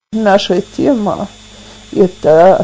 Наша тема – это,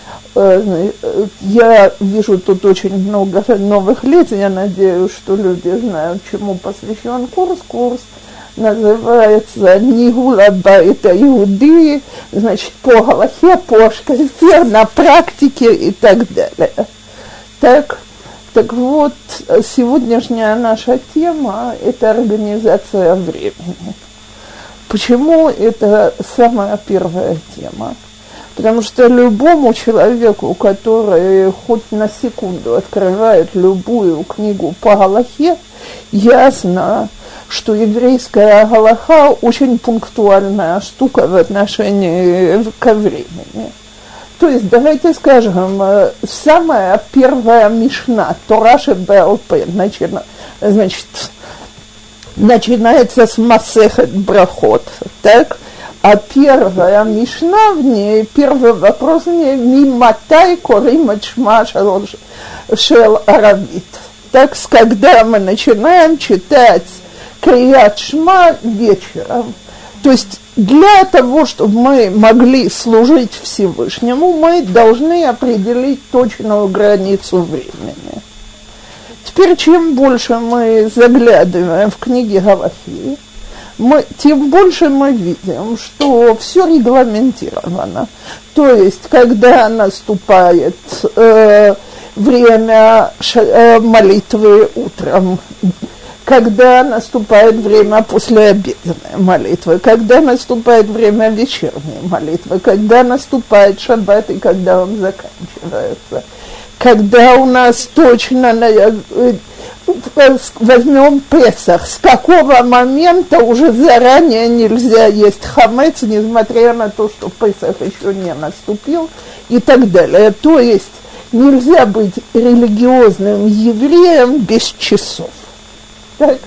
я вижу тут очень много новых лиц, я надеюсь, что люди знают, чему посвящен курс. Курс называется «Нигул абайта иуди», значит, по галахе, по шкальте, на практике и так далее. Так вот, сегодняшняя наша тема – это организация времени. Почему это самая первая тема? Потому что любому человеку, который хоть на секунду открывает любую книгу по галахе, ясно, что еврейская галаха очень пунктуальная штука в отношении ко времени. То есть, давайте скажем, самая первая мишна, Тора шебеал-пе, значит, начинается с Масехет Брахот, так? А первая мишна в ней, первый вопрос в ней, миматай корим эт шма шел аравит. Так, когда мы начинаем читать Крият Шма вечером. То есть, для того, чтобы мы могли служить Всевышнему, мы должны определить точную границу времени. Теперь, чем больше мы заглядываем в книги галахи, тем больше мы видим, что все регламентировано. То есть, когда наступает время молитвы утром, когда наступает время послеобеденной молитвы, когда наступает время вечерней молитвы, когда наступает шаббат и когда он заканчивается. Когда у нас точно, возьмем Песах, с какого момента уже заранее нельзя есть хамец, несмотря на то, что Песах еще не наступил, и так далее. То есть нельзя быть религиозным евреем без часов. Так?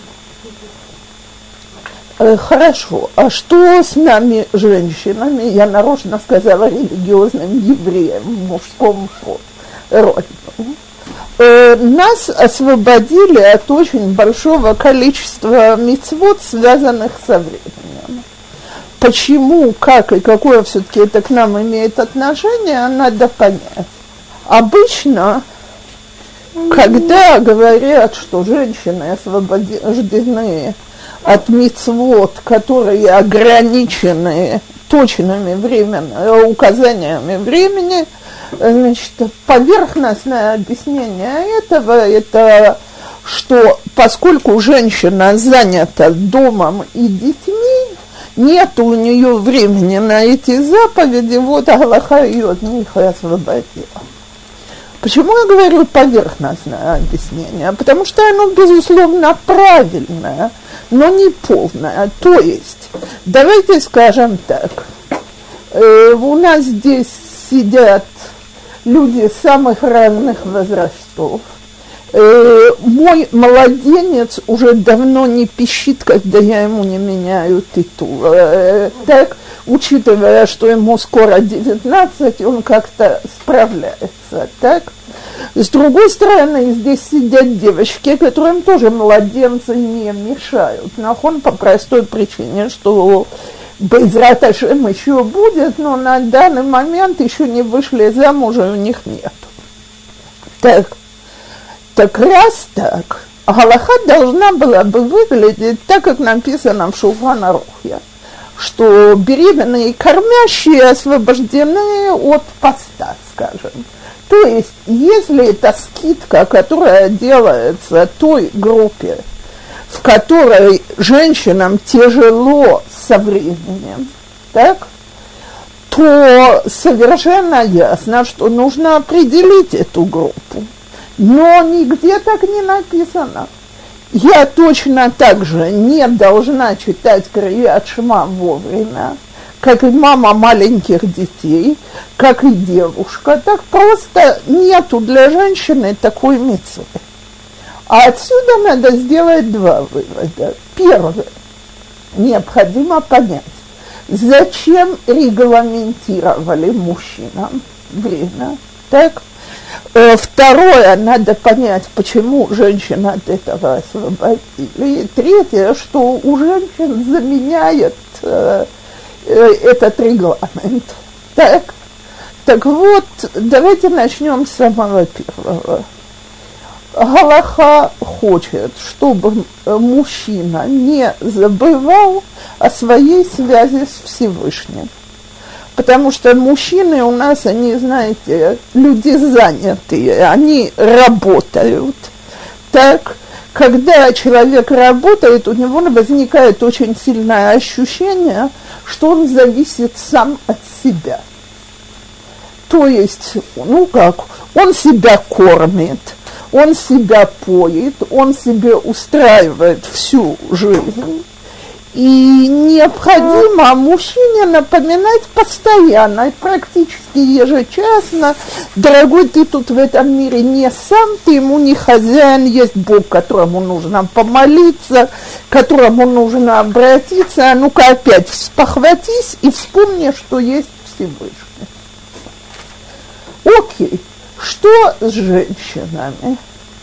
Хорошо, а что с нами, женщинами? Я нарочно сказала религиозным евреем в мужском роде. Нас освободили от очень большого количества мицвот, связанных со временем. Почему, как и какое все-таки это к нам имеет отношение, надо понять. Обычно, когда говорят, что женщины освобождены от мицвот, которые ограничены точными указаниями времени, значит, поверхностное объяснение этого – это что поскольку женщина занята домом и детьми, нет у нее времени на эти заповеди, вот галаха ее от них и освободила. Почему я говорю поверхностное объяснение? Потому что оно, безусловно, правильное, но не полное. То есть, давайте скажем так, у нас здесь сидят люди самых разных возрастов. Мой младенец уже давно не пищит, когда я ему не меняю титул. Так, учитывая, что ему скоро 19, он как-то справляется. Так? С другой стороны, здесь сидят девочки, которым тоже младенцы не мешают. Нахон по простой причине, что Бейзрат Ашем еще будет, но на данный момент еще не вышли замуж, и у них нет. Так раз так, галаха должна была бы выглядеть так, как написано в Шулхан Арухе, что беременные и кормящие освобождены от поста, скажем. То есть, если это скидка, которая делается той группе, в которой женщинам тяжело со временем, так, то совершенно ясно, что нужно определить эту группу. Но нигде так не написано. Я точно так же не должна читать Крият Шма вовремя, как и мама маленьких детей, как и девушка. Так просто нету для женщины такой мицвы. А отсюда надо сделать два вывода. Первое. Необходимо понять, зачем регламентировали мужчинам время. Так? Второе, надо понять, почему женщин от этого освободили. И третье, что у женщин заменяет этот регламент. Так вот, давайте начнем с самого первого. Галаха хочет, чтобы мужчина не забывал о своей связи с Всевышним. Потому что мужчины у нас, они, знаете, люди занятые, они работают. Так, когда человек работает, у него возникает очень сильное ощущение, что он зависит сам от себя. То есть, он себя кормит, он себя поет, он себе устраивает всю жизнь. И необходимо мужчине напоминать постоянно, и практически ежечасно: дорогой, ты тут в этом мире не сам, ты ему не хозяин, есть Бог, которому нужно помолиться, к которому нужно обратиться. Ну-ка опять спохватись и вспомни, что есть Всевышний. Окей, что с женщинами?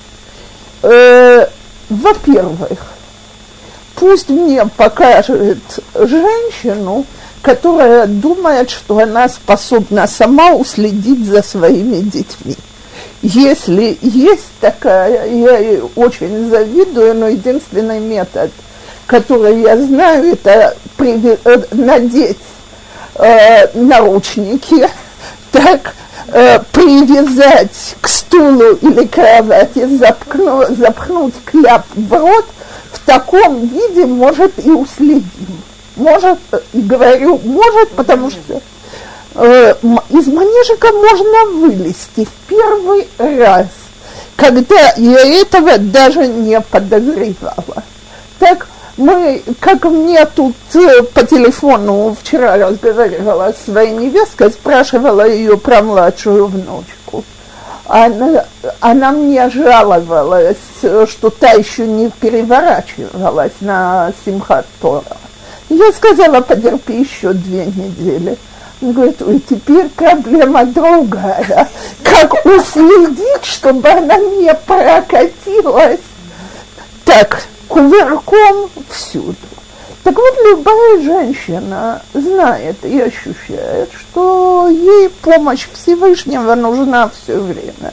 Во-первых, пусть мне покажет женщину, которая думает, что она способна сама уследить за своими детьми. Если есть такая, я ей очень завидую, но единственный метод, который я знаю, это надеть наручники, так, привязать к стулу или кровати, запхнуть кляп в рот. В таком виде, может, и уследим. Может, и говорю, может, потому что из манежика можно вылезти в первый раз, когда я этого даже не подозревала. Так, как мне тут по телефону вчера разговаривала с своей невесткой, спрашивала ее про младшую внучку. Она мне жаловалась, что та еще не переворачивалась на Симхат Тора. Я сказала, потерпи еще 2 недели. Он говорит, ой, теперь проблема другая. Как уследить, чтобы она не прокатилась так кувырком всюду. Так вот, любая женщина знает и ощущает, что ей помощь Всевышнего нужна все время.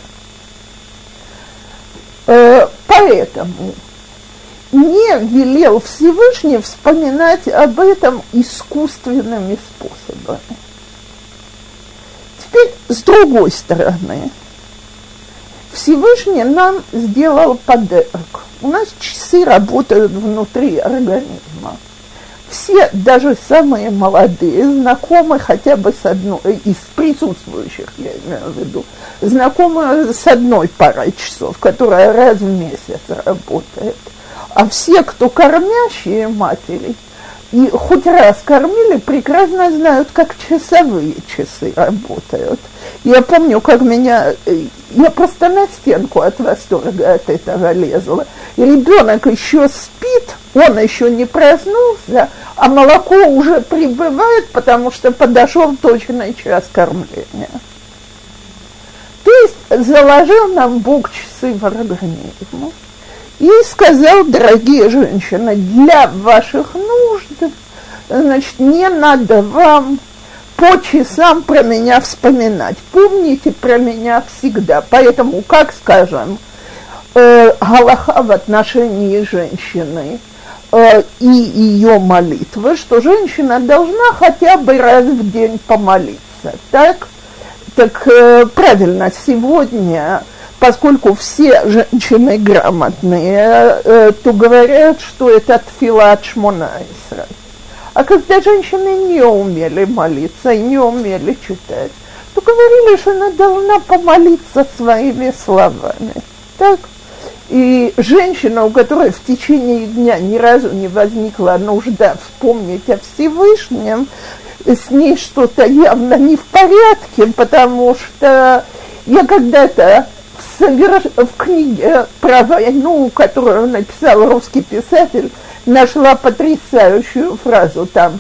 Поэтому не велел Всевышний вспоминать об этом искусственными способами. Теперь, с другой стороны, Всевышний нам сделал подарок. У нас часы работают внутри организма. Все, даже самые молодые, знакомы хотя бы с одной, из присутствующих, я имею в виду, знакомы с одной парой часов, которая раз в месяц работает. А все, кто кормящие матери, и хоть раз кормили, прекрасно знают, как часовые часы работают. Я помню, как я просто на стенку от восторга от этого лезла. И ребенок еще спит, он еще не проснулся, а молоко уже прибывает, потому что подошел точный час кормления. То есть заложил нам Бог часы в организм и сказал, дорогие женщины, для ваших нужд, значит, не надо вам по часам про меня вспоминать. Помните про меня всегда. Поэтому, как скажем, галаха в отношении женщины и ее молитвы, что женщина должна хотя бы раз в день помолиться. Так правильно, сегодня, поскольку все женщины грамотные, то говорят, что это тфилат Шмона Исрей. А когда женщины не умели молиться и не умели читать, то говорили, что она должна помолиться своими словами. Так? И женщина, у которой в течение дня ни разу не возникла нужда вспомнить о Всевышнем, с ней что-то явно не в порядке, потому что я когда-то в книге про войну, которую написал русский писатель, нашла потрясающую фразу, там,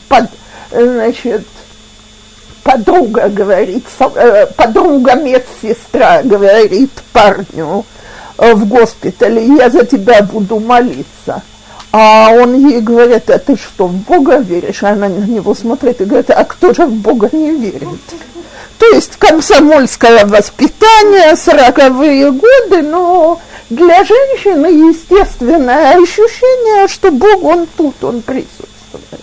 подруга говорит, подруга медсестра говорит парню в госпитале, я за тебя буду молиться. А он ей говорит: а ты что, в Бога веришь? А она на него смотрит и говорит: а кто же в Бога не верит? То есть комсомольское воспитание, 40-е годы, но для женщины естественное ощущение, что Бог, он тут, он присутствует.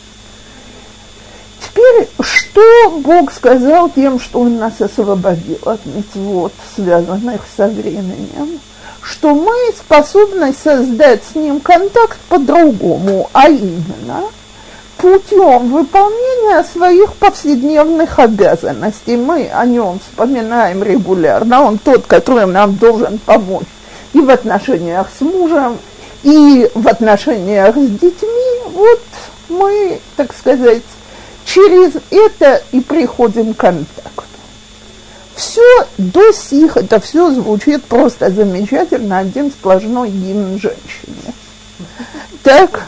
Теперь, что Бог сказал тем, что Он нас освободил от мицвот, связанных со временем? Что мы способны создать с Ним контакт по-другому, а именно путем выполнения своих повседневных обязанностей. Мы о Нем вспоминаем регулярно, Он тот, который нам должен помочь и в отношениях с мужем, и в отношениях с детьми. Вот мы, так сказать, через это и приходим к контакту. Все до сих, это все звучит просто замечательно, один сплошной гимн женщине. Так,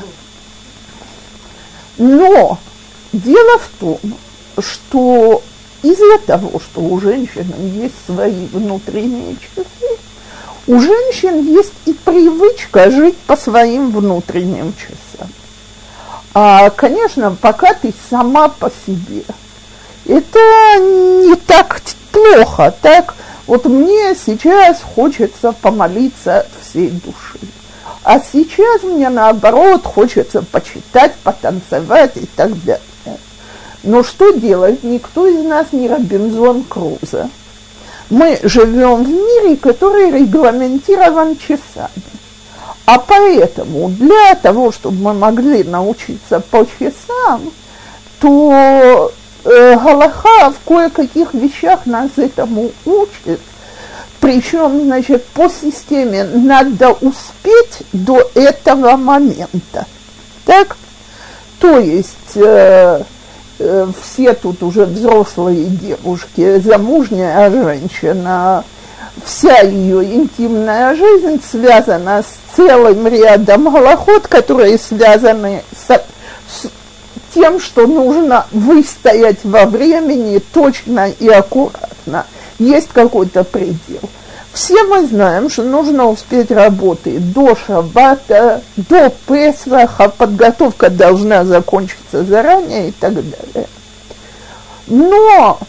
но дело в том, что из-за того, что у женщин есть свои внутренние часы, у женщин есть и привычка жить по своим внутренним часам. Конечно, пока ты сама по себе, это не так плохо, так? Вот мне сейчас хочется помолиться от всей души, а сейчас мне, наоборот, хочется почитать, потанцевать и так далее. Но что делать? Никто из нас не Робинзон Крузо. Мы живем в мире, который регламентирован часами. А поэтому для того, чтобы мы могли научиться по часам, то галаха в кое-каких вещах нас этому учит. Причем, значит, по системе надо успеть до этого момента. Так? То есть все тут уже взрослые девушки, замужняя женщина, вся ее интимная жизнь связана с целым рядом галахот, которые связаны с тем, что нужно выстоять во времени точно и аккуратно. Есть какой-то предел. Все мы знаем, что нужно успеть работать до Шаббата, до Песаха, подготовка должна закончиться заранее и так далее. Но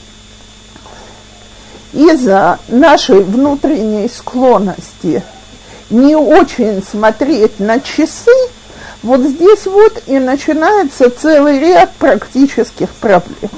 из-за нашей внутренней склонности не очень смотреть на часы, вот здесь вот и начинается целый ряд практических проблем.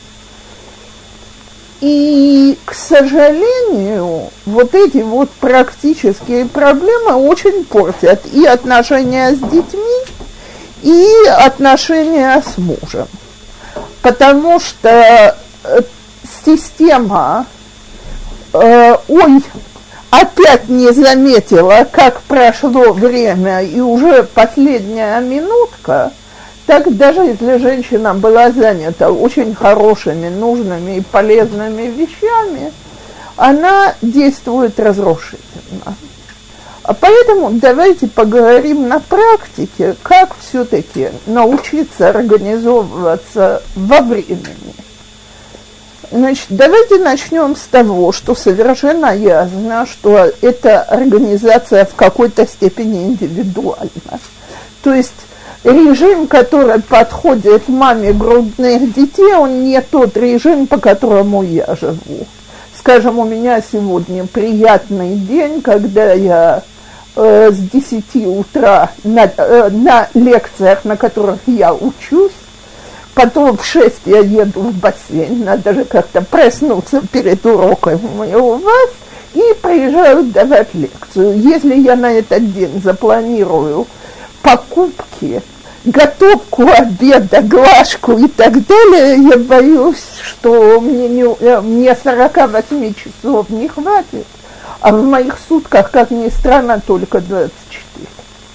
И, к сожалению, вот эти вот практические проблемы очень портят и отношения с детьми, и отношения с мужем. Потому что система «Ой, опять не заметила, как прошло время, и уже последняя минутка», так даже если женщина была занята очень хорошими, нужными и полезными вещами, она действует разрушительно. А поэтому давайте поговорим на практике, как все-таки научиться организовываться во времени. Значит, давайте начнем с того, что совершенно ясно, что эта организация в какой-то степени индивидуальна. То есть режим, который подходит маме грудных детей, он не тот режим, по которому я живу. Скажем, у меня сегодня приятный день, когда я с 10 утра на лекциях, на которых я учусь, потом в 6 я еду в бассейн, надо же как-то проснуться перед уроком у вас, и приезжаю давать лекцию. Если я на этот день запланирую покупки, готовку обеда, глажку и так далее, я боюсь, что мне 48 часов не хватит, а в моих сутках, как ни странно, только 24.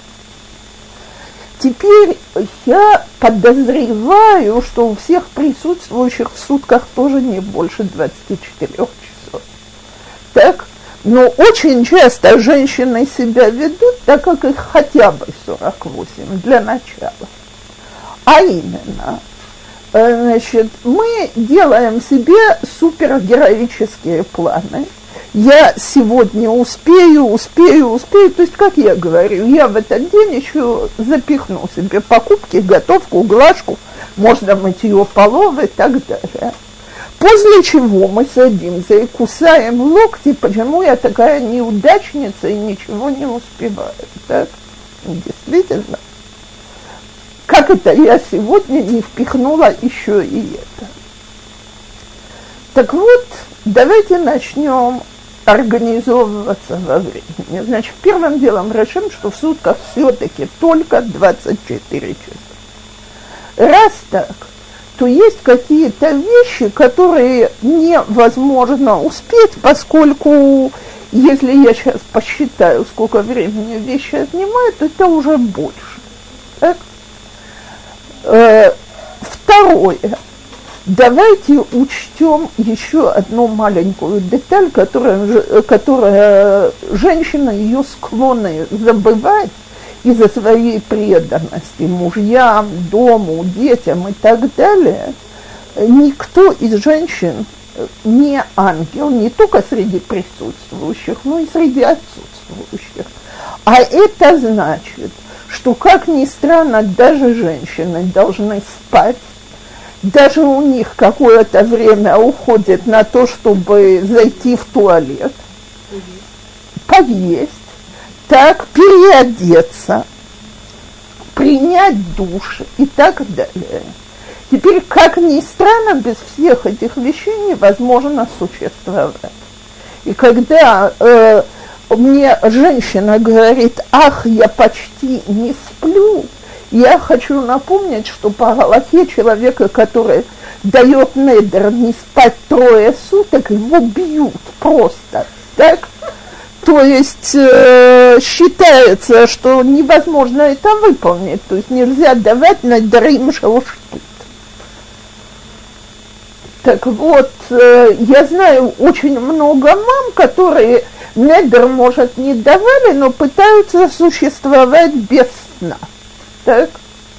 Теперь я подозреваю, что у всех присутствующих в сутках тоже не больше 24 часов. Так? Но очень часто женщины себя ведут, так как их хотя бы 48 для начала. А именно, значит, мы делаем себе супергероические планы я сегодня успею. То есть, как я говорю, я в этот день еще запихну себе покупки, готовку, глажку, можно мытье полов и так далее. После чего мы садимся и кусаем локти, почему я такая неудачница и ничего не успеваю. Так? Действительно. Как это я сегодня не впихнула еще и это? Так вот, давайте начнем организовываться во времени. Значит, первым делом решим, что в сутках все-таки только 24 часа. Раз так, то есть какие-то вещи, которые невозможно успеть, поскольку, если я сейчас посчитаю, сколько времени вещи отнимают, это уже больше. Так? Второе. Давайте учтем еще одну маленькую деталь, которая женщина ее склонны забывать из-за своей преданности мужьям, дому, детям и так далее. Никто из женщин не ангел, не только среди присутствующих, но и среди отсутствующих. А это значит, что, как ни странно, даже женщины должны спать, даже у них какое-то время уходит на то, чтобы зайти в туалет, поесть, так, переодеться, принять душ и так далее. Теперь, как ни странно, без всех этих вещей невозможно существовать. И когда мне женщина говорит: ах, я почти не сплю, я хочу напомнить, что по галахе человека, который дает недер не спать 3 суток, его бьют просто, так? То есть считается, что невозможно это выполнить, то есть нельзя давать недерим шелштут. Так вот, я знаю очень много мам, которые недер, может, не давали, но пытаются существовать без сна. Так?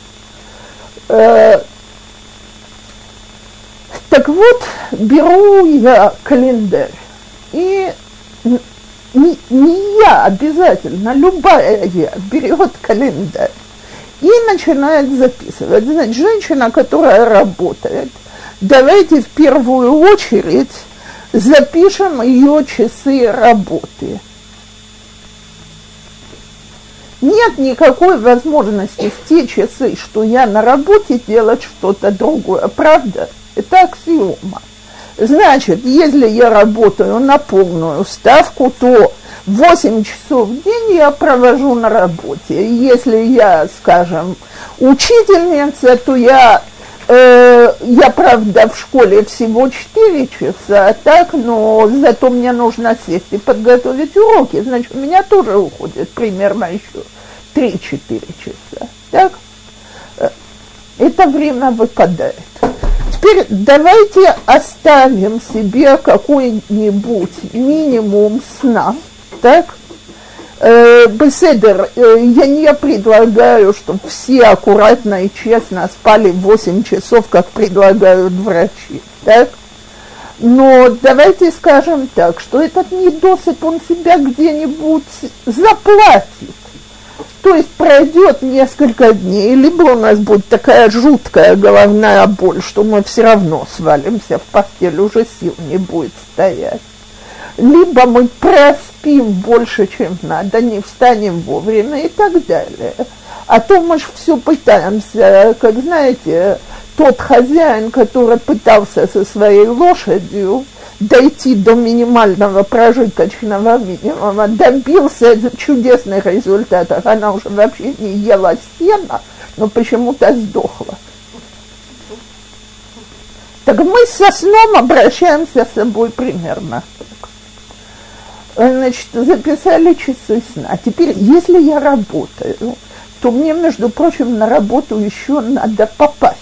Так вот, беру я календарь, и не я обязательно, любая я берет календарь и начинает записывать. Значит, женщина, которая работает, давайте в первую очередь запишем ее часы работы. Нет никакой возможности в те часы, что я на работе, делать что-то другое. Правда? Это аксиома. Значит, если я работаю на полную ставку, то 8 часов в день я провожу на работе. Если я, скажем, учительница, то я, правда, в школе всего 4 часа, так, но зато мне нужно сесть и подготовить уроки. Значит, у меня тоже уходит примерно еще 3-4 часа. Так? Это время выпадает. Теперь давайте оставим себе какой-нибудь минимум сна, так? Беседер, я не предлагаю, чтобы все аккуратно и честно спали 8 часов, как предлагают врачи, так? Но давайте скажем так, что этот недосып, он себя где-нибудь заплатит. То есть пройдет несколько дней, либо у нас будет такая жуткая головная боль, что мы все равно свалимся в постель, уже сил не будет стоять. Либо мы проспим больше, чем надо, не встанем вовремя и так далее. А то мы же все пытаемся, как знаете, тот хозяин, который пытался со своей лошадью дойти до минимального прожиточного минимума, добился чудесных результатов. Она уже вообще не ела сена, но почему-то сдохла. Так мы со сном обращаемся с собой примерно так. Значит, записали часы сна. Теперь, если я работаю, то мне, между прочим, на работу еще надо попасть.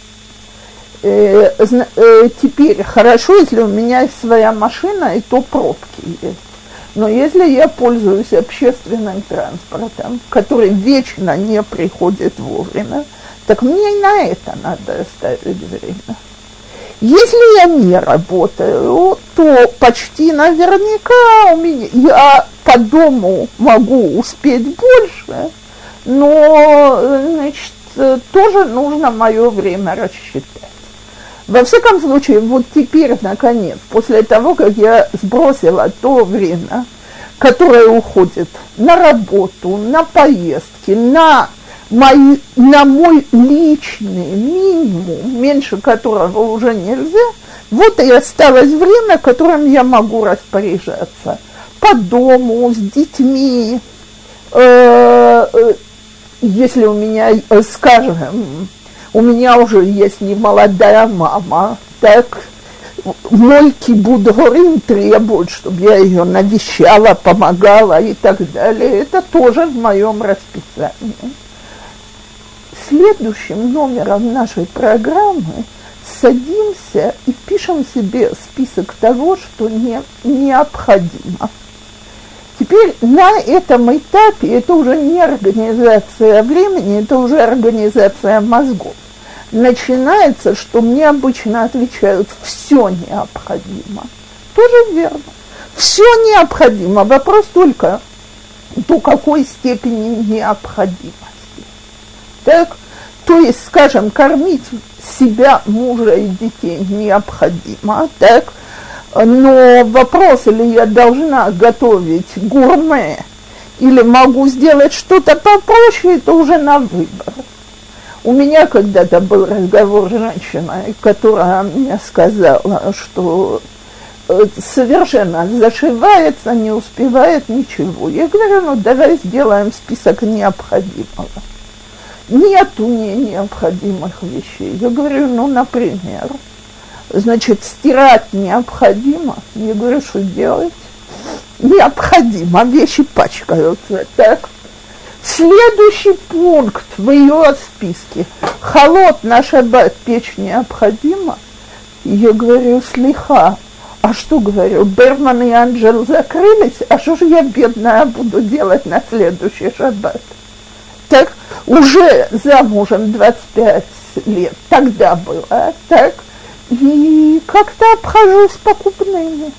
Теперь хорошо, если у меня есть своя машина, и то пробки есть. Но если я пользуюсь общественным транспортом, который вечно не приходит вовремя, так мне и на это надо оставить время. Если я не работаю, то почти наверняка я по дому могу успеть больше, но, значит, тоже нужно мое время рассчитать. Во всяком случае, вот теперь, наконец, после того, как я сбросила то время, которое уходит на работу, на поездки, на мой личный минимум, меньше которого уже нельзя, вот и осталось время, которым я могу распоряжаться по дому, с детьми. Если у меня, скажем, у меня уже есть немолодая мама, так мой кибуд горим требует, чтобы я ее навещала, помогала и так далее. Это тоже в моем расписании. Следующим номером нашей программы садимся и пишем себе список того, что необходимо. Теперь на этом этапе это уже не организация времени, это уже организация мозгов. Начинается, что мне обычно отвечают «все необходимо». Тоже верно. Все необходимо. Вопрос только до какой степени необходимости. Так, то есть, скажем, кормить себя, мужа и детей необходимо, так, но вопрос, или я должна готовить гурме, или могу сделать что-то попроще, это уже на выбор. У меня когда-то был разговор с женщиной, которая мне сказала, что совершенно зашивается, не успевает ничего. Я говорю, ну давай сделаем список необходимого. Нет у нее необходимых вещей. Я говорю, ну, например, значит, стирать необходимо. Я говорю, что делать? Необходимо, вещи пачкаются, так? Следующий пункт в ее списке. Холод на шаббат печь необходимо. Я говорю, слиха. А что, говорю, Берман и Анджел закрылись, а что же я, бедная, буду делать на следующий шаббат? Так, уже замужем 25 лет, тогда было, так, и как-то обхожусь покупными.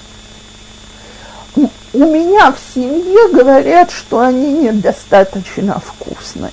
У меня в семье говорят, что они недостаточно вкусные.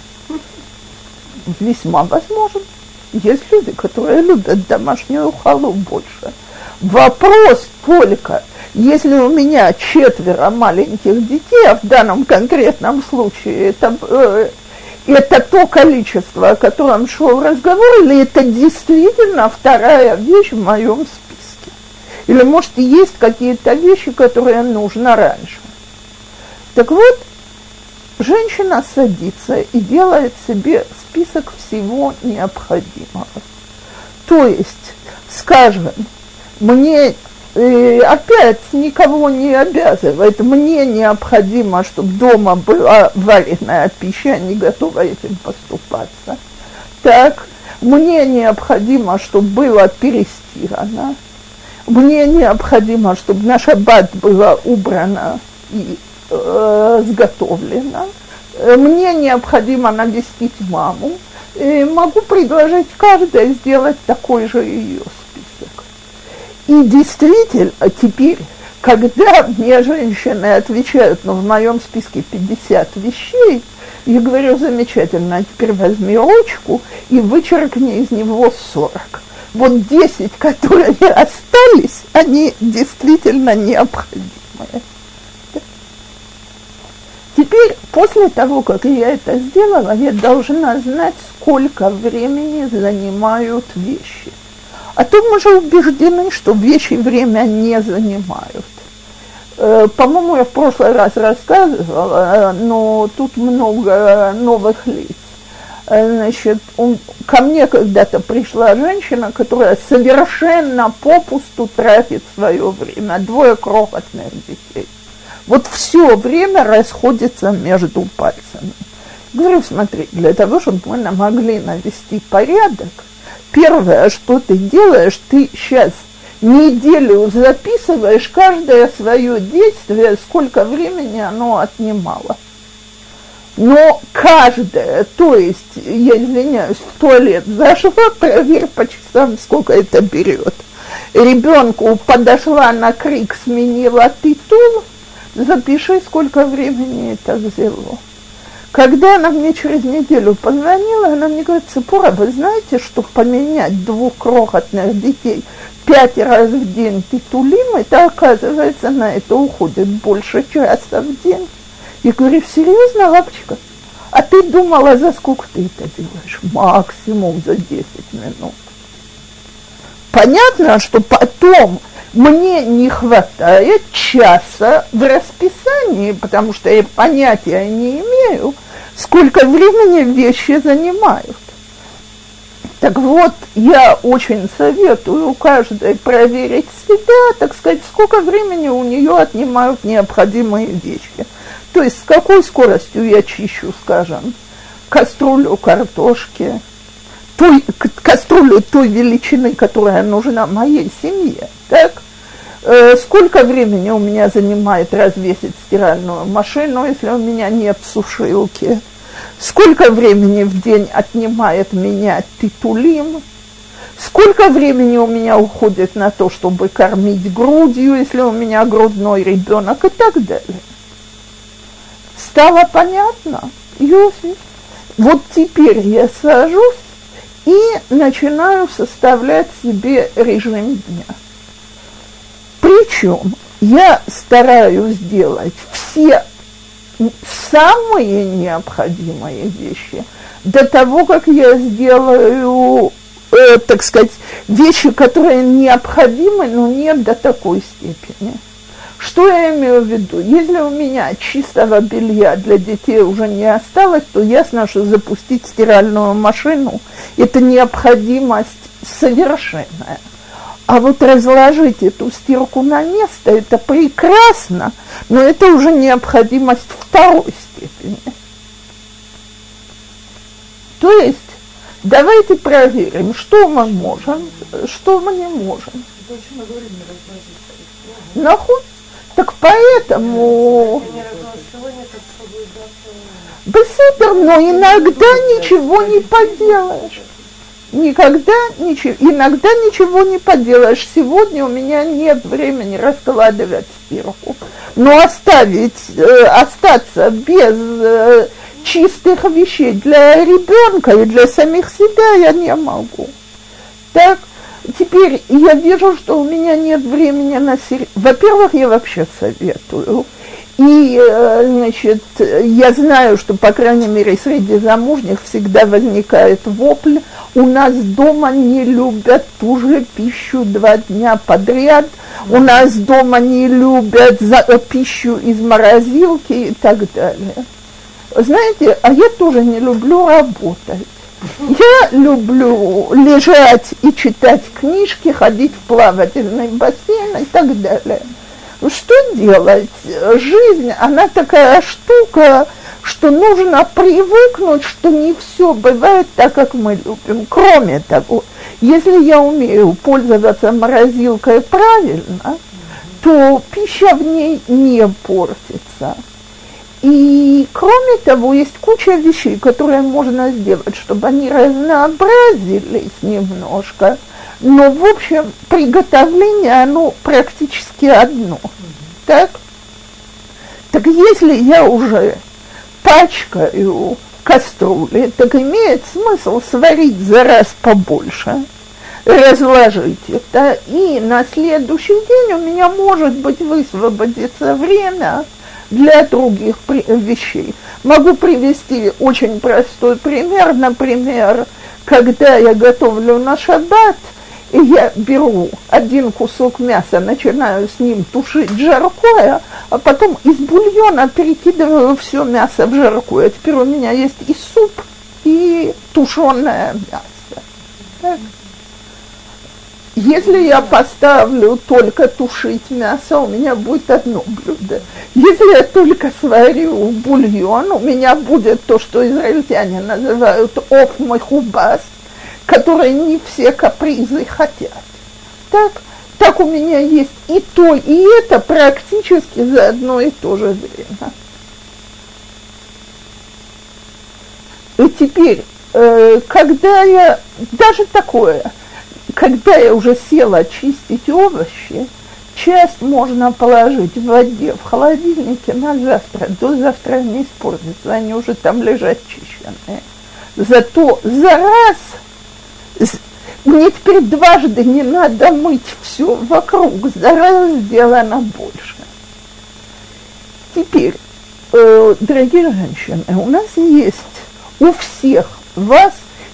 Весьма возможно. Есть люди, которые любят домашнюю халу больше. Вопрос только, если у меня 4 маленьких детей, а в данном конкретном случае это то количество, о котором шел разговор, или это действительно вторая вещь в моем списке? Или, может, есть какие-то вещи, которые нужно раньше? Так вот, женщина садится и делает себе список всего необходимого. То есть, скажем, мне опять никого не обязывает, мне необходимо, чтобы дома была вареная пища, я не готова этим поступаться. Так, мне необходимо, чтобы было перестирано, мне необходимо, чтобы на шаббат было убрано и сготовлено, мне необходимо навестить маму, и могу предложить каждой сделать такой же ее список. И действительно, теперь, когда мне женщины отвечают, ну, в моем списке 50 вещей, я говорю, замечательно, теперь возьми ручку и вычеркни из него 40. Вот 10, которые остались, они действительно необходимые. Теперь, после того, как я это сделала, я должна знать, сколько времени занимают вещи. А то мы же убеждены, что вещи время не занимают. По-моему, я в прошлый раз рассказывала, но тут много новых лиц. Значит, ко мне когда-то пришла женщина, которая совершенно попусту тратит свое время. 2 крохотных детей. Вот все время расходится между пальцами. Говорю, смотри, для того, чтобы мы могли навести порядок, первое, что ты делаешь, ты сейчас неделю записываешь каждое свое действие, сколько времени оно отнимало. Но каждая, то есть, я извиняюсь, в туалет зашла, проверь по часам, сколько это берет. Ребенку подошла на крик, сменила титул, запиши, сколько времени это взяло. Когда она мне через неделю позвонила, она мне говорит: Ципора, вы знаете, что поменять 2 крохотных детей 5 раз в день титулим, это, оказывается, на это уходит больше часа в день. Я говорю: серьезно, лапочка? А ты думала, за сколько ты это делаешь? Максимум за 10 минут. Понятно, что потом мне не хватает часа в расписании, потому что я понятия не имею, сколько времени вещи занимают. Так вот, я очень советую каждой проверить себя, так сказать, сколько времени у нее отнимают необходимые вещи. То есть с какой скоростью я чищу, скажем, кастрюлю картошки, кастрюлю той величины, которая нужна моей семье, так? Сколько времени у меня занимает развесить стиральную машину, если у меня нет сушилки? Сколько времени в день отнимает менять титулим? Сколько времени у меня уходит на то, чтобы кормить грудью, если у меня грудной ребенок, и так далее? Стало понятно? Йофи. Вот теперь я сажусь и начинаю составлять себе режим дня. Причем я стараюсь сделать все самые необходимые вещи до того, как я сделаю, так сказать, вещи, которые необходимы, но не до такой степени. Что я имею в виду? Если у меня чистого белья для детей уже не осталось, то ясно, что запустить стиральную машину – это необходимость совершенная. А вот разложить эту стирку на место – это прекрасно, но это уже необходимость второй степени. То есть, давайте проверим, что мы можем, что мы не можем. Нахуй? Так поэтому... Беседер, но иногда ничего не поделаешь. Иногда ничего не поделаешь. Сегодня у меня нет времени раскладывать стирку. Но остаться без чистых вещей для ребенка и для самих себя я не могу. Так, теперь я вижу, что у меня нет времени на серьезно. Во-первых, я вообще советую. И, значит, я знаю, что, по крайней мере, среди замужних всегда возникает вопль: у нас дома не любят ту же пищу 2 дня подряд, у нас дома не любят пищу из морозилки и так далее. Знаете, а я тоже не люблю работать. Я люблю лежать и читать книжки, ходить в плавательный бассейн и так далее. Что делать? Жизнь, она такая штука, что нужно привыкнуть, что не все бывает так, как мы любим. Кроме того, если я умею пользоваться морозилкой правильно, то пища в ней не портится. И кроме того, есть куча вещей, которые можно сделать, чтобы они разнообразились немножко. Но, в общем, приготовление, оно практически одно. Так? Так если я уже пачкаю кастрюли, так имеет смысл сварить за раз побольше, разложить это, и на следующий день у меня, может быть, высвободится время для других вещей. Могу привести очень простой пример. Например, когда я готовлю на шаббат, и я беру 1 кусок мяса, начинаю с ним тушить жаркое, а потом из бульона перекидываю все мясо в жаркое. Теперь у меня есть и суп, и тушеное мясо. Так. Если я поставлю только тушить мясо, у меня будет одно блюдо. Если я только сварю бульон, у меня будет то, что израильтяне называют оф мехубас, которые не все капризы хотят. Так у меня есть и то, и это практически за одно и то же время. И теперь, когда я, даже такое, когда я уже села чистить овощи, часть можно положить в воде в холодильнике на завтра, до завтра они испортятся, они уже там лежат чищенные. Зато за раз, мне теперь дважды не надо мыть все вокруг, за раз сделано больше. Теперь, дорогие женщины, у нас есть у всех вас,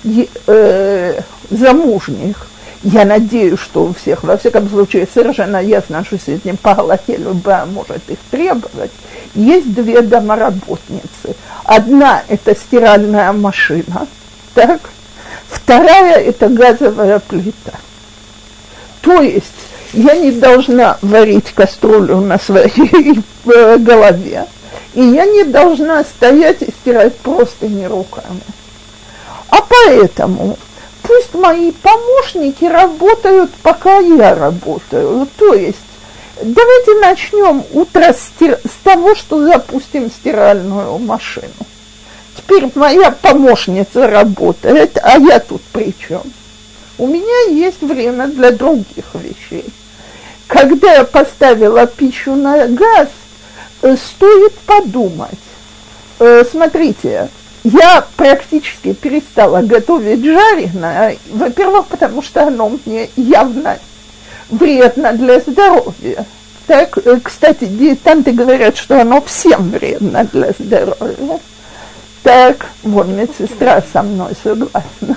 замужних, я надеюсь, что у всех, во всяком случае, совершенно ясно, что сегодня по Галахе любая может их требовать, есть две домоработницы. Одна – это стиральная машина, так? Вторая – это газовая плита. То есть я не должна варить кастрюлю на своей голове, и я не должна стоять и стирать простыни руками. А поэтому пусть мои помощники работают, пока я работаю. То есть давайте начнем утро с того, что запустим стиральную машину. Теперь моя помощница работает, а я тут при чем? У меня есть время для других вещей. Когда я поставила пищу на газ, стоит подумать. Смотрите, я практически перестала готовить жареное, во-первых, потому что оно мне явно вредно для здоровья. Так, кстати, диетанты говорят, что оно всем вредно для здоровья. Так, вот медсестра со мной согласна.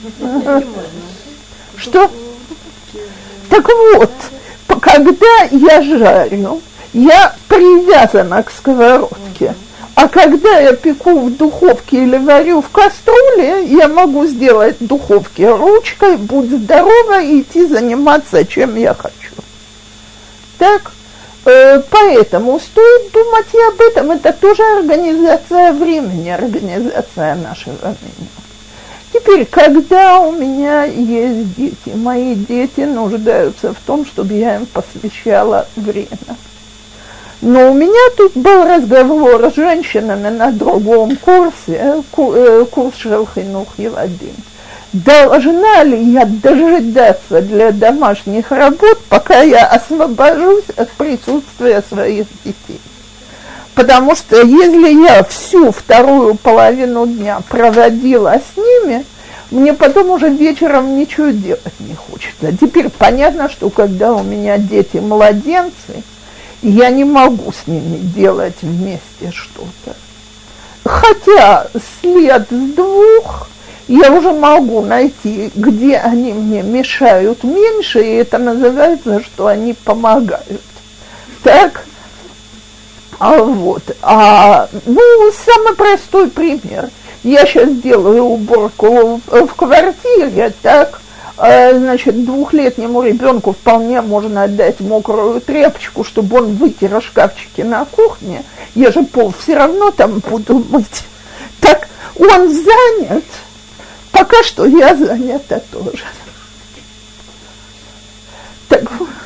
Что? Так вот, когда я жарю, я привязана к сковородке. А когда я пеку в духовке или варю в кастрюле, я могу сделать в духовке ручкой, будь здорова, и идти заниматься, чем я хочу. Так, поэтому стоит думать и об этом. Это тоже организация времени, организация нашего времени. Теперь, когда у меня есть дети, мои дети нуждаются в том, чтобы я им посвящала время. Но у меня тут был разговор с женщинами на другом курсе, курс Шелхинух Евадим. Должна ли я дожидаться для домашних работ, пока я освобожусь от присутствия своих детей? Потому что если я всю вторую половину дня проводила с ними, мне потом уже вечером ничего делать не хочется. Теперь понятно, что когда у меня дети-младенцы, я не могу с ними делать вместе что-то. Хотя след с двух я уже могу найти, где они мне мешают меньше, и это называется, что они помогают. Так? Самый простой пример. Я сейчас делаю уборку в квартире, так? Значит, 2-летнему ребенку вполне можно отдать мокрую тряпочку, чтобы он вытер шкафчики на кухне. Я же пол все равно там буду мыть. Так, он занят. Пока что я занята тоже. Так,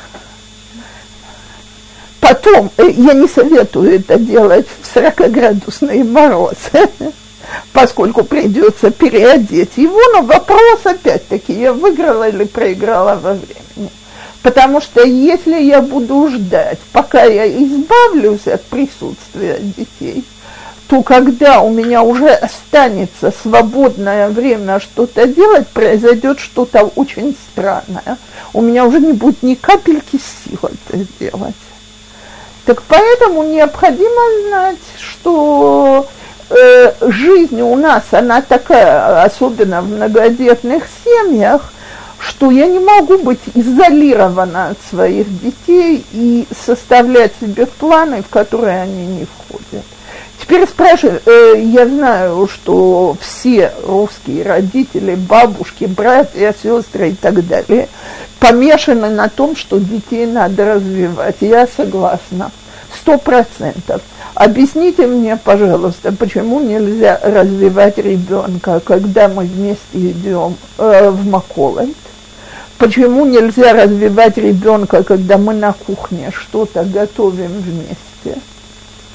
потом, я не советую это делать в 40-градусные морозы, поскольку придется переодеть его, но вопрос опять-таки, я выиграла или проиграла во времени. Потому что если я буду ждать, пока я избавлюсь от присутствия детей, то когда у меня уже останется свободное время что-то делать, произойдет что-то очень странное. У меня уже не будет ни капельки сил это сделать. Так поэтому необходимо знать, что жизнь у нас, она такая, особенно в многодетных семьях, что я не могу быть изолирована от своих детей и составлять себе планы, в которые они не входят. Теперь спрашиваю, я знаю, что все русские родители, бабушки, братья, сестры и так далее помешаны на том, что детей надо развивать. Я согласна, 100%. Объясните мне, пожалуйста, почему нельзя развивать ребенка, когда мы вместе идем в Маколайт? Почему нельзя развивать ребенка, когда мы на кухне что-то готовим вместе?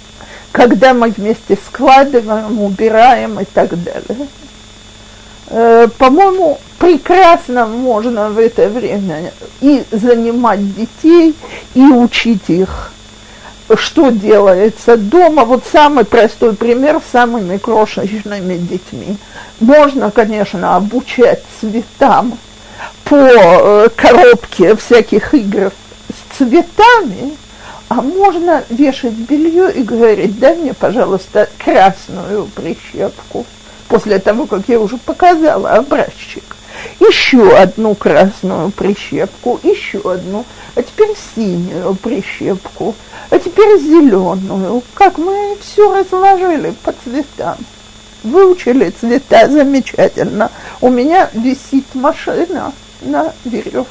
когда мы вместе складываем, убираем и так далее. По-моему, прекрасно можно в это время и занимать детей, и учить их, что делается дома. Вот самый простой пример с самыми крошечными детьми. Можно, конечно, обучать цветам по коробке всяких игр с цветами, а можно вешать белье и говорить: дай мне, пожалуйста, красную прищепку. После того, как я уже показала образчик. Еще одну красную прищепку, еще одну, а теперь синюю прищепку, а теперь зеленую. Как мы все разложили по цветам. Выучили цвета замечательно. У меня висит машина на веревке.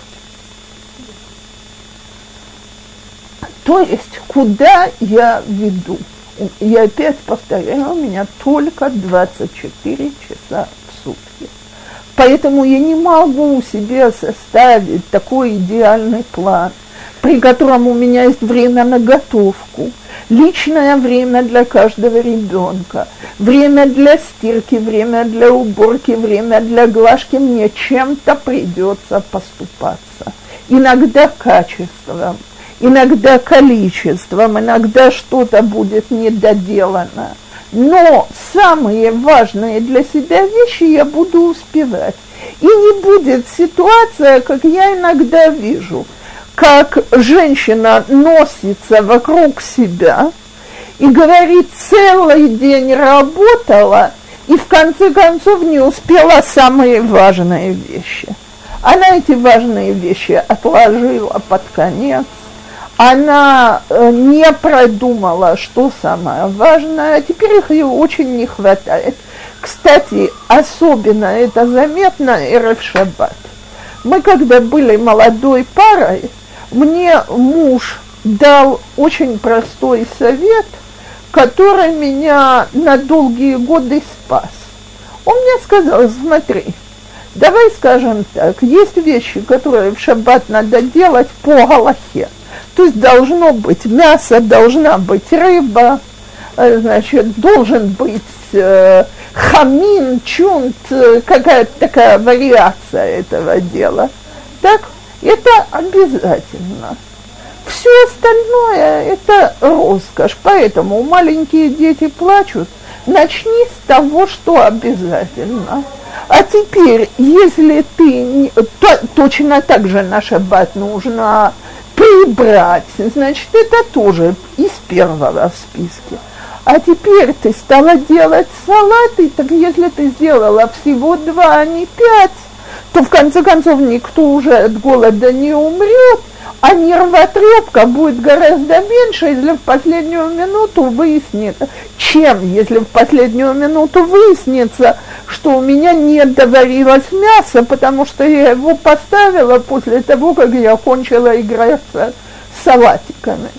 То есть, куда я веду? Я опять повторяю, у меня только 24 часа в сутки. Поэтому я не могу себе составить такой идеальный план, при котором у меня есть время на готовку, личное время для каждого ребенка, время для стирки, время для уборки, время для глажки. Мне чем-то придется поступаться. Иногда качеством, иногда количеством, иногда что-то будет недоделано. Но самые важные для себя вещи я буду успевать. И не будет ситуация, как я иногда вижу, как женщина носится вокруг себя и говорит: целый день работала и в конце концов не успела самые важные вещи. Она эти важные вещи отложила под конец. Она не продумала, что самое важное, а теперь их ей очень не хватает. Кстати, особенно это заметно эрев шаббат. Мы, когда были молодой парой, мне муж дал очень простой совет, который меня на долгие годы спас. Он мне сказал: смотри, давай скажем так, есть вещи, которые в шаббат надо делать по галахе. То есть должно быть мясо, должна быть рыба, значит, должен быть хамин, чунт, какая-то такая вариация этого дела. Так, это обязательно. Все остальное – это роскошь. Поэтому маленькие дети плачут. Начни с того, что обязательно. А теперь, если ты… точно так же на шаббат нужно прибрать, значит, это тоже из первого в списке. А теперь ты стала делать салаты, так если ты сделала всего 2, а не 5, то в конце концов никто уже от голода не умрет, а нервотрепка будет гораздо меньше, если в последнюю минуту выяснится, если в последнюю минуту выяснится, что у меня не доварилось мясо, потому что я его поставила после того, как я кончила играться с салатиками.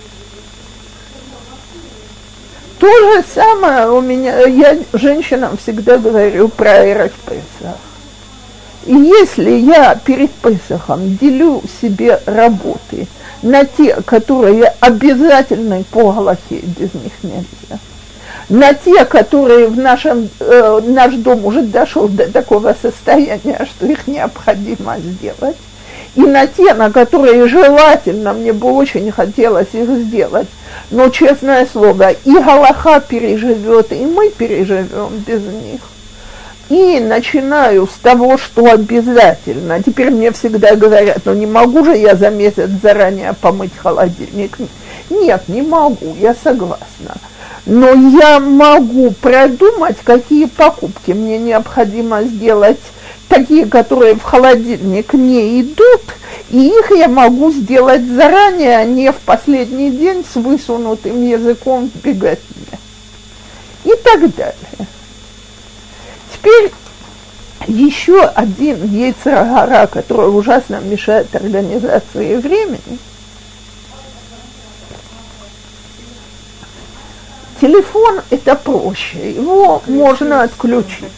То же самое у меня, я женщинам всегда говорю про эрев Песах. И если я перед Песахом делю себе работы на те, которые обязательны по галахе, без них нельзя, на те, которые наш дом уже дошел до такого состояния, что их необходимо сделать, и на те, на которые желательно, мне бы очень хотелось их сделать, но, честное слово, и галаха переживет, и мы переживем без них. И начинаю с того, что обязательно. Теперь мне всегда говорят: ну не могу же я за месяц заранее помыть холодильник. Нет, не могу, я согласна. Но я могу продумать, какие покупки мне необходимо сделать, такие, которые в холодильник не идут, и их я могу сделать заранее, а не в последний день с высунутым языком в беготне. И так далее. Теперь еще один йецер гара, который ужасно мешает организации времени. Телефон – это проще, его можно отключить.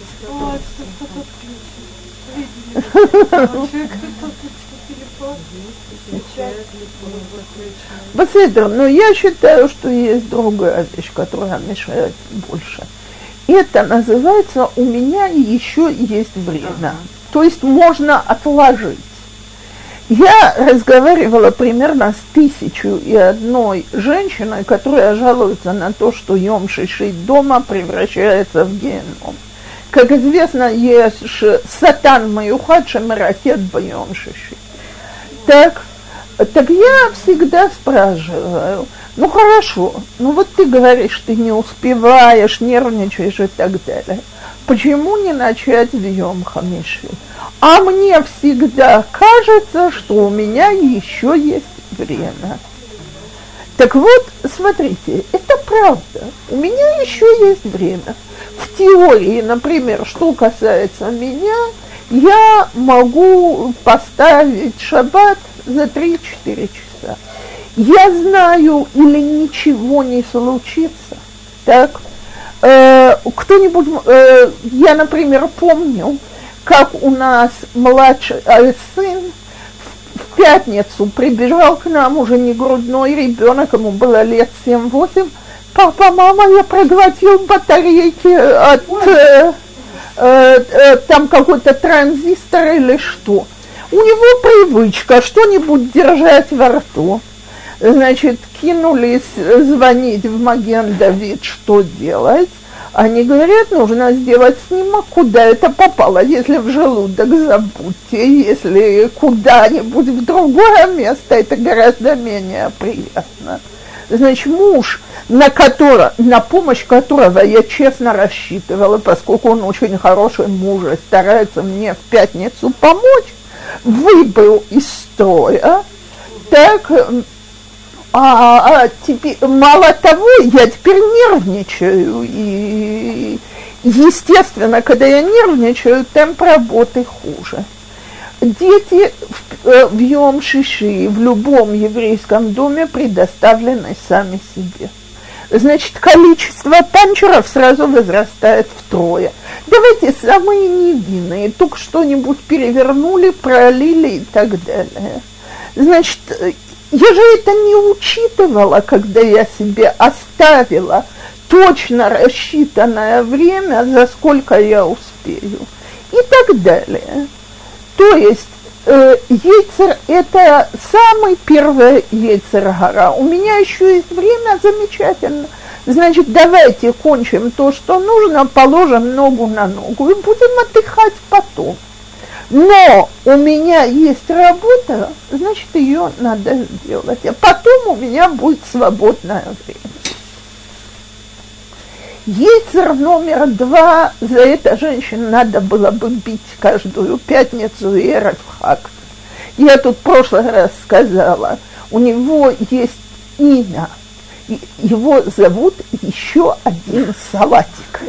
Беседер, но я считаю, что есть другая вещь, которая мешает больше. Это называется «у меня еще есть время». То есть можно отложить. Я разговаривала примерно с 1001 женщиной, которая жалуется на то, что Йом Шиши дома превращается в геном. Как известно, есть сатан маюхад шемеракет б'Йом Шиши. Так я всегда спрашиваю, ну хорошо, ну вот ты говоришь, ты не успеваешь, нервничаешь и так далее. Почему не начать в Йом Хамиши? А мне всегда кажется, что у меня еще есть время. Так вот, смотрите, это правда. У меня еще есть время. В теории, например, что касается меня, я могу поставить шаббат за 3-4 часа. Я знаю, или ничего не случится, так? Кто-нибудь, я, например, помню, как у нас младший сын в пятницу прибежал к нам, уже не грудной ребенок, ему было лет 7-8, папа, мама, я проглотил батарейки от там какой-то транзистор или что. У него привычка что-нибудь держать во рту. Значит, кинулись звонить в Маген-Давид, что делать. Они говорят, нужно сделать снимок, куда это попало. Если в желудок, забудьте. Если куда-нибудь в другое место, это гораздо менее приятно. Значит, муж, на помощь которого я честно рассчитывала, поскольку он очень хороший муж и старается мне в пятницу помочь, выбыл из строя. Так, теперь, мало того, я теперь нервничаю, и, естественно, когда я нервничаю, темп работы хуже. Дети в Йом Шиши в любом еврейском доме предоставлены сами себе. Значит, количество панчеров сразу возрастает втрое. Давайте самые невинные, только что-нибудь перевернули, пролили и так далее. Значит, я же это не учитывала, когда я себе оставила точно рассчитанное время, за сколько я успею, и так далее. То есть Ейцер – это самый первый Ейцер гара. У меня еще есть время, замечательно. Значит, давайте кончим то, что нужно, положим ногу на ногу и будем отдыхать потом. Но у меня есть работа, значит, ее надо сделать. А потом у меня будет свободное время. Ейцер номер 2, за это женщин надо было бы бить каждую пятницу и эрев хаг. Я тут в прошлый раз сказала, у него есть имя, его зовут еще один салатик.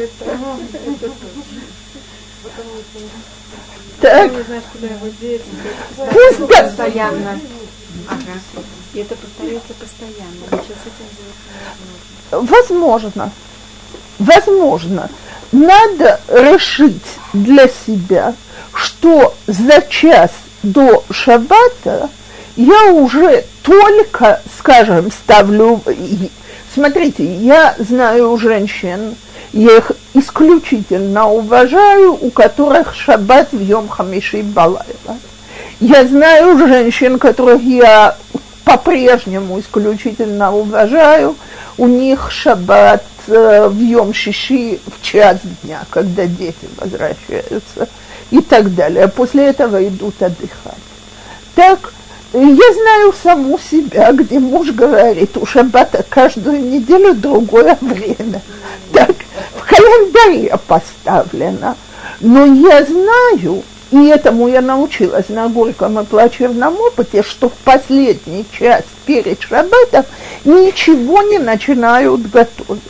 Так. Не знаешь, куда его деть. Пусть постоянно. Ага. И это повторяется постоянно. Ничего с этим делать невозможно. Возможно. Надо решить для себя, что за час до шаббата я уже только, скажем, ставлю... Смотрите, я знаю женщин, я их исключительно уважаю, у которых шаббат в Йом Хамиши балайла. Я знаю женщин, которых я по-прежнему исключительно уважаю, у них шаббат в Йом Шиши в час дня, когда дети возвращаются и так далее. После этого идут отдыхать. Так, я знаю саму себя, где муж говорит, у шаббата каждую неделю другое время. Так, в календаре поставлено. Но я знаю, и этому я научилась на горьком и плачевном опыте, что в последний час перед шаббатом ничего не начинают готовить.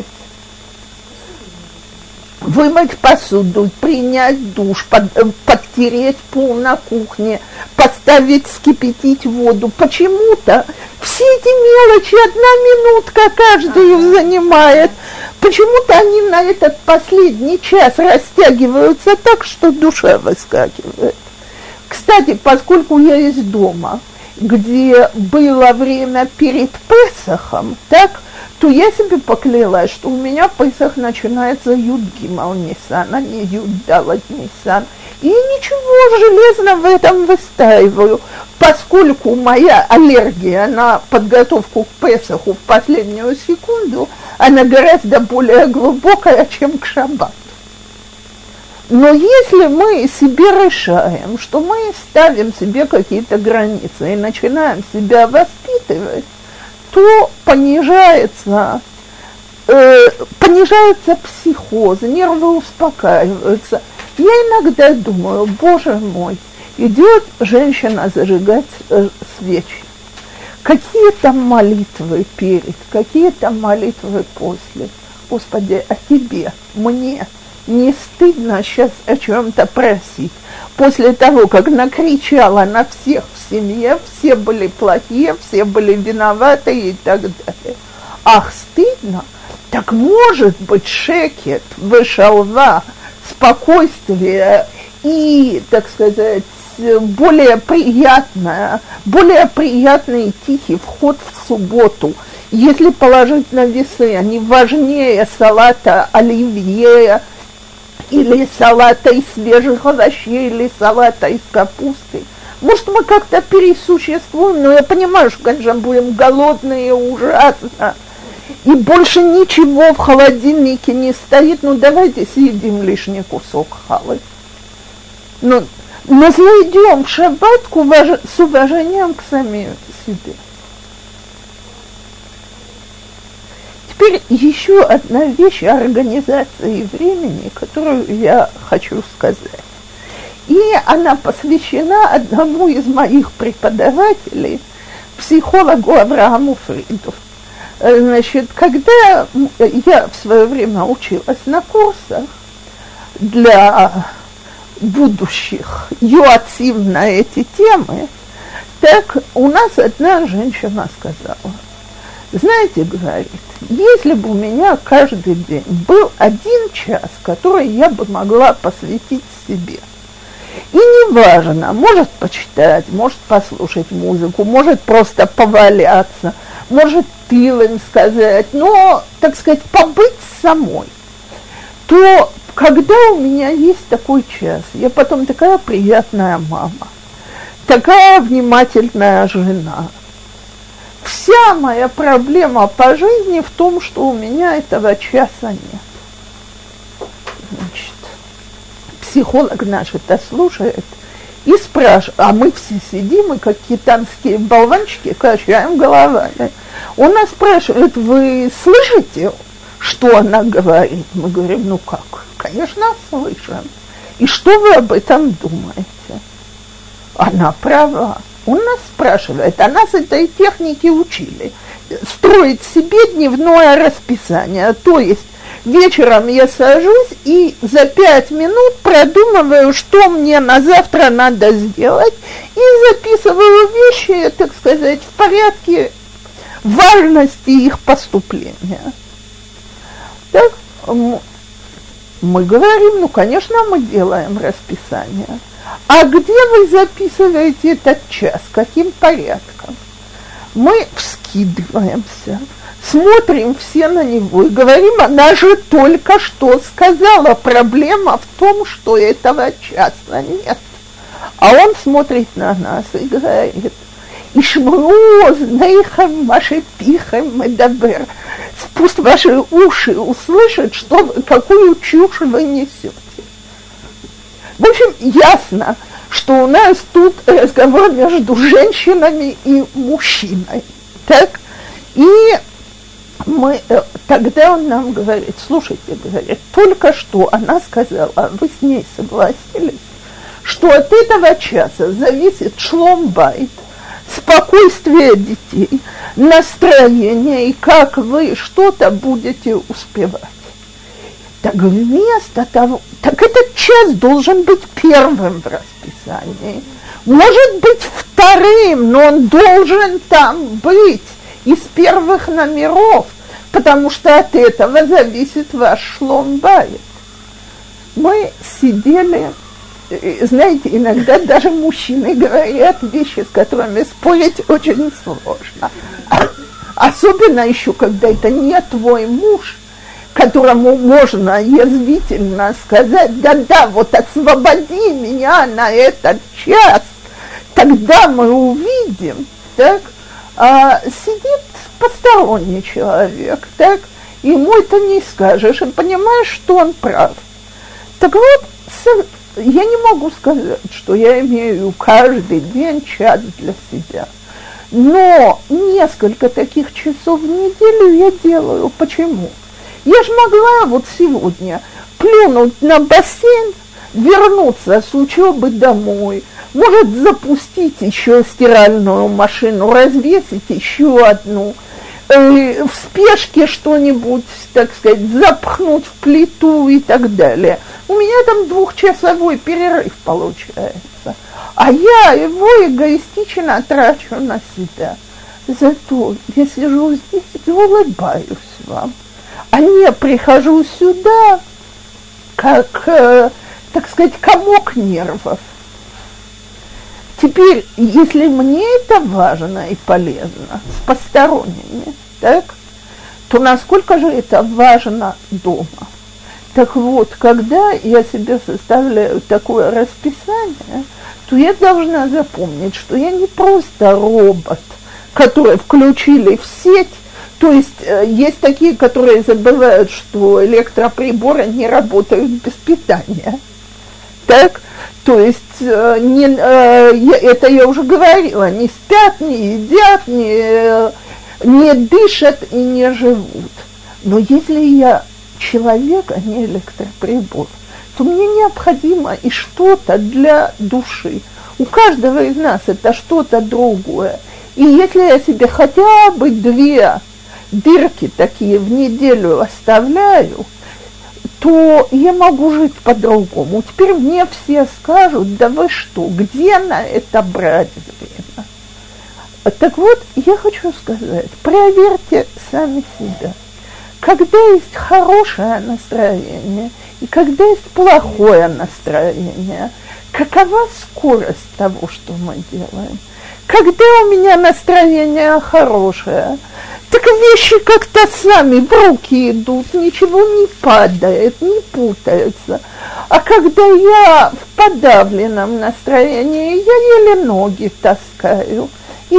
Вымыть посуду, принять душ, подтереть пол на кухне, поставить вскипятить воду. Почему-то все эти мелочи, 1 минутка каждую занимает. Почему-то они на этот последний час растягиваются так, что душа выскакивает. Кстати, поскольку я из дома, где было время перед Песахом, так, то я себе поклялась, что у меня Песах начинается Юд Гимал Нисан, а не Юд Далат Нисан. И ничего железно в этом выстаиваю, поскольку моя аллергия на подготовку к Песаху в последнюю секунду, она гораздо более глубокая, чем к шаббату. Но если мы себе решаем, что мы ставим себе какие-то границы и начинаем себя воспитывать, то понижается психоз, нервы успокаиваются. Я иногда думаю, боже мой, идет женщина зажигать свечи. Какие там молитвы перед, какие там молитвы после. Господи, а тебе, мне не стыдно сейчас о чем-то просить? После того, как накричала на всех в семье, все были плохие, все были виноваты и так далее. Ах, стыдно? Так может быть шекет, вышалва, спокойствие и, так сказать, более приятный и тихий вход в субботу, если положить на весы, они важнее салата оливье, или салата из свежих овощей, или салата из капусты. Может, мы как-то пересуществуем, но я понимаю, что, конечно, будем голодные ужасно, и больше ничего в холодильнике не стоит, ну давайте съедим лишний кусок халы. Но зайдем в шаббат с уважением к самим себе. Теперь еще одна вещь о организации времени, которую я хочу сказать. И она посвящена одному из моих преподавателей, психологу Аврааму Фриду. Значит, когда я в свое время училась на курсах для будущих юацим на эти темы, так у нас одна женщина сказала, знаете, говорит, если бы у меня каждый день был 1 час, который я бы могла посвятить себе, и неважно, может почитать, может послушать музыку, может просто поваляться, может тылым сказать, но, так сказать, побыть самой, то когда у меня есть такой час, я потом такая приятная мама, такая внимательная жена. Вся моя проблема по жизни в том, что у меня этого часа нет. Значит, психолог наш это слушает и спрашивает, а мы все сидим и как китанские болванчики качаем головами. Он нас спрашивает, вы слышите, что она говорит? Мы говорим, ну как? Конечно, слышим. И что вы об этом думаете? Она права. Он нас спрашивает, а нас этой технике учили. Строить себе дневное расписание. То есть вечером я сажусь и за 5 минут продумываю, что мне на завтра надо сделать, и записываю вещи, так сказать, в порядке важности их поступления. Так, мы говорим, ну, конечно, мы делаем расписание. А где вы записываете этот час? Каким порядком? Мы вскидываемся, смотрим все на него и говорим, она же только что сказала, проблема в том, что этого часа нет. А он смотрит на нас и говорит, «Ишмру знейхам ваши пихам медабер». Пусть ваши уши услышат, какую чушь вы несете. В общем, ясно, что у нас тут разговор между женщинами и мужчиной. Так? И тогда он нам говорит, слушайте, говорит, только что она сказала, вы с ней согласились, что от этого часа зависит шлом байт, спокойствие детей, настроение и как вы что-то будете успевать. Так вместо того, так этот час должен быть первым в расписании, может быть вторым, но он должен там быть из первых номеров, потому что от этого зависит ваш шлом байт. Мы сидели знаете, иногда даже мужчины говорят вещи, с которыми спорить очень сложно. Особенно еще, когда это не твой муж, которому можно язвительно сказать: да-да, вот освободи меня на этот час, тогда мы увидим, так, сидит посторонний человек, так, ему это не скажешь, и понимаешь, что он прав. Так вот, я не могу сказать, что я имею каждый день час для себя, но несколько таких часов в неделю я делаю. Почему? Я же могла вот сегодня плюнуть на бассейн, вернуться с учебы домой, может запустить еще стиральную машину, развесить еще одну, в спешке что-нибудь, так сказать, запхнуть в плиту и так далее. У меня там 2-часовой перерыв получается, а я его эгоистично трачу на себя. Зато я сижу здесь и улыбаюсь вам, а не прихожу сюда, как, так сказать, комок нервов. Теперь, если мне это важно и полезно с посторонними, так, то насколько же это важно дома? Так вот, когда я себе составляю такое расписание, то я должна запомнить, что я не просто робот, который включили в сеть. То есть есть такие, которые забывают, что электроприборы не работают без питания. Так? То есть, это я уже говорила, не спят, не едят, не дышат и не живут. Но если я человек, а не электроприбор, то мне необходимо и что-то для души. У каждого из нас это что-то другое. И если я себе хотя бы 2 дырки такие в неделю оставляю, то я могу жить по-другому. Теперь мне все скажут: да вы что, где на это брать время? Так вот, я хочу сказать, проверьте сами себя. Когда есть хорошее настроение и когда есть плохое настроение, какова скорость того, что мы делаем? Когда у меня настроение хорошее, так вещи как-то сами в руки идут, ничего не падает, не путается. А когда я в подавленном настроении, я еле ноги таскаю.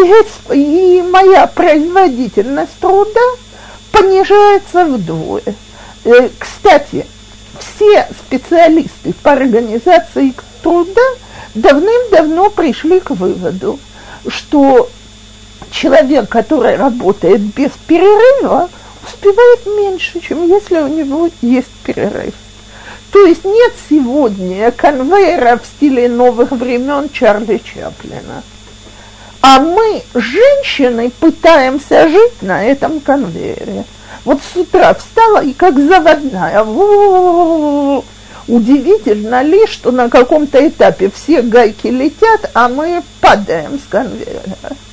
И моя производительность труда понижается вдвое. Кстати, все специалисты по организации труда давным-давно пришли к выводу, что человек, который работает без перерыва, успевает меньше, чем если у него есть перерыв. То есть нет сегодня конвейера в стиле новых времен Чарли Чаплина. А мы, женщины, пытаемся жить на этом конвейере. Вот с утра встала и как заводная. Удивительно ли, что на каком-то этапе все гайки летят, а мы падаем с конвейера.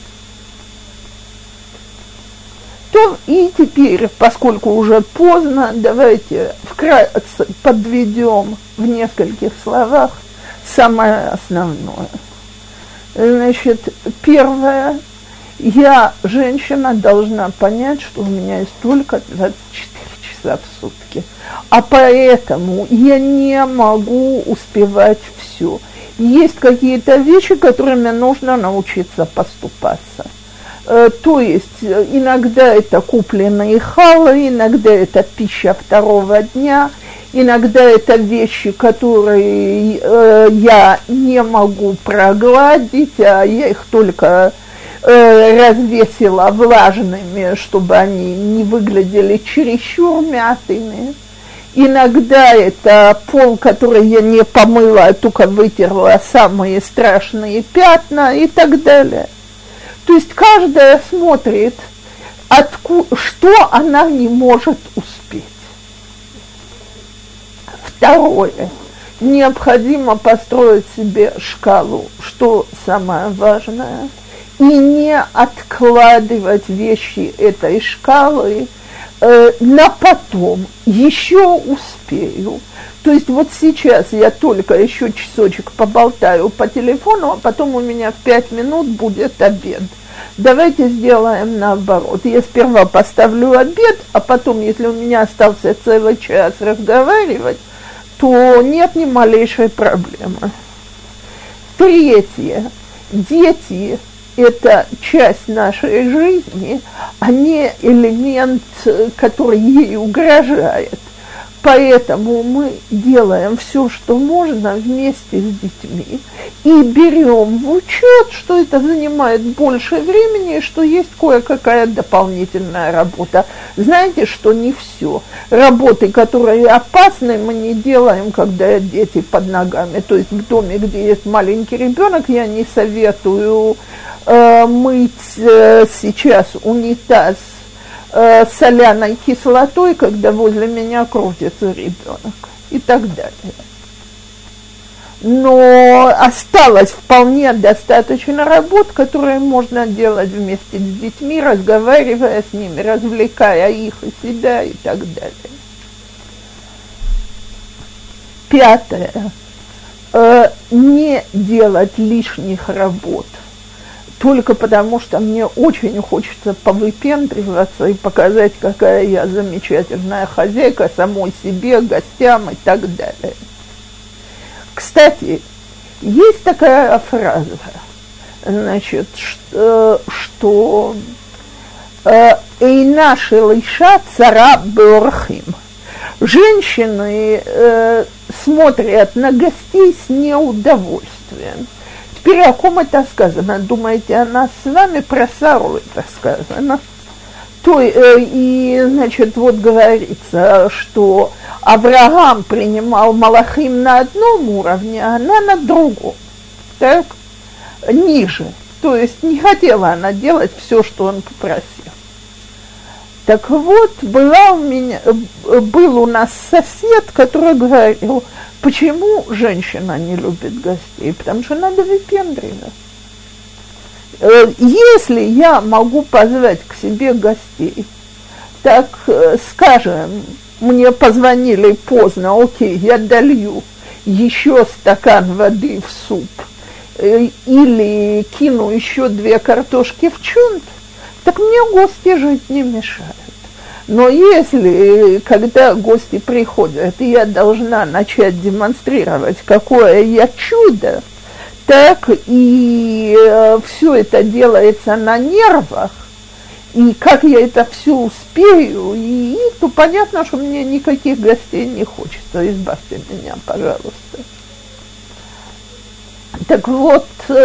То и теперь, поскольку уже поздно, давайте вкратце подведем в нескольких словах самое основное. Значит, первое, я, женщина, должна понять, что у меня есть только 24 часа в сутки, а поэтому я не могу успевать все. Есть какие-то вещи, которыми нужно научиться поступаться. То есть иногда это купленные халы, иногда это пища второго дня, иногда это вещи, которые я не могу прогладить, а я их только развесила влажными, чтобы они не выглядели чересчур мятыми. Иногда это пол, который я не помыла, а только вытерла самые страшные пятна и так далее. То есть каждая смотрит, что она не может успеть. Второе. Необходимо построить себе шкалу, что самое важное, и не откладывать вещи этой шкалы на потом еще успею. То есть вот сейчас я только еще часочек поболтаю по телефону, а потом у меня в 5 минут будет обед. Давайте сделаем наоборот. Я сперва поставлю обед, а потом, если у меня остался целый час разговаривать, то нет ни малейшей проблемы. Третье. Дети – это часть нашей жизни, а не элемент, который ей угрожает. Поэтому мы делаем все, что можно вместе с детьми и берем в учет, что это занимает больше времени и что есть кое-какая дополнительная работа. Знаете, что не все. Работы, которые опасны, мы не делаем, когда дети под ногами. То есть в доме, где есть маленький ребенок, я не советую мыть сейчас унитаз соляной кислотой, когда возле меня крутится ребенок и так далее. Но осталось вполне достаточно работ, которые можно делать вместе с детьми, разговаривая с ними, развлекая их и себя и так далее. Пятое. Не делать лишних работ только потому, что мне очень хочется повыпендриваться и показать, какая я замечательная хозяйка самой себе, гостям и так далее. Кстати, есть такая фраза, значит, что «Эйна шелиша цара беорхим». Женщины смотрят на гостей с неудовольствием. Теперь о ком это сказано? Думаете, о нас с вами? Про Сару это сказано. И, значит, вот говорится, что Авраам принимал малахим на одном уровне, а она на другом, так, ниже. То есть не хотела она делать все, что он попросил. Так вот, был у нас сосед, который говорил, почему женщина не любит гостей? Потому что надо выпендриваться. Если я могу позвать к себе гостей, так, скажем, мне позвонили поздно, окей, я долью еще стакан воды в суп или кину еще 2 картошки в чунт, так мне гости жить не мешают. Но если, когда гости приходят, и я должна начать демонстрировать, какое я чудо, так и все это делается на нервах, и как я это все успею, то понятно, что мне никаких гостей не хочется. Избавьте меня, пожалуйста. Так вот,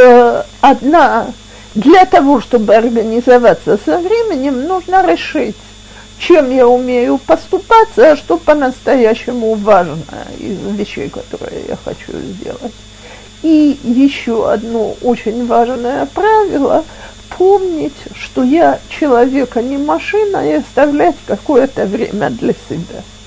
для того, чтобы организоваться со временем, нужно решить, чем я умею поступаться, а что по-настоящему важно из вещей, которые я хочу сделать. И еще одно очень важное правило – помнить, что я человек, а не машина, и оставлять какое-то время для себя.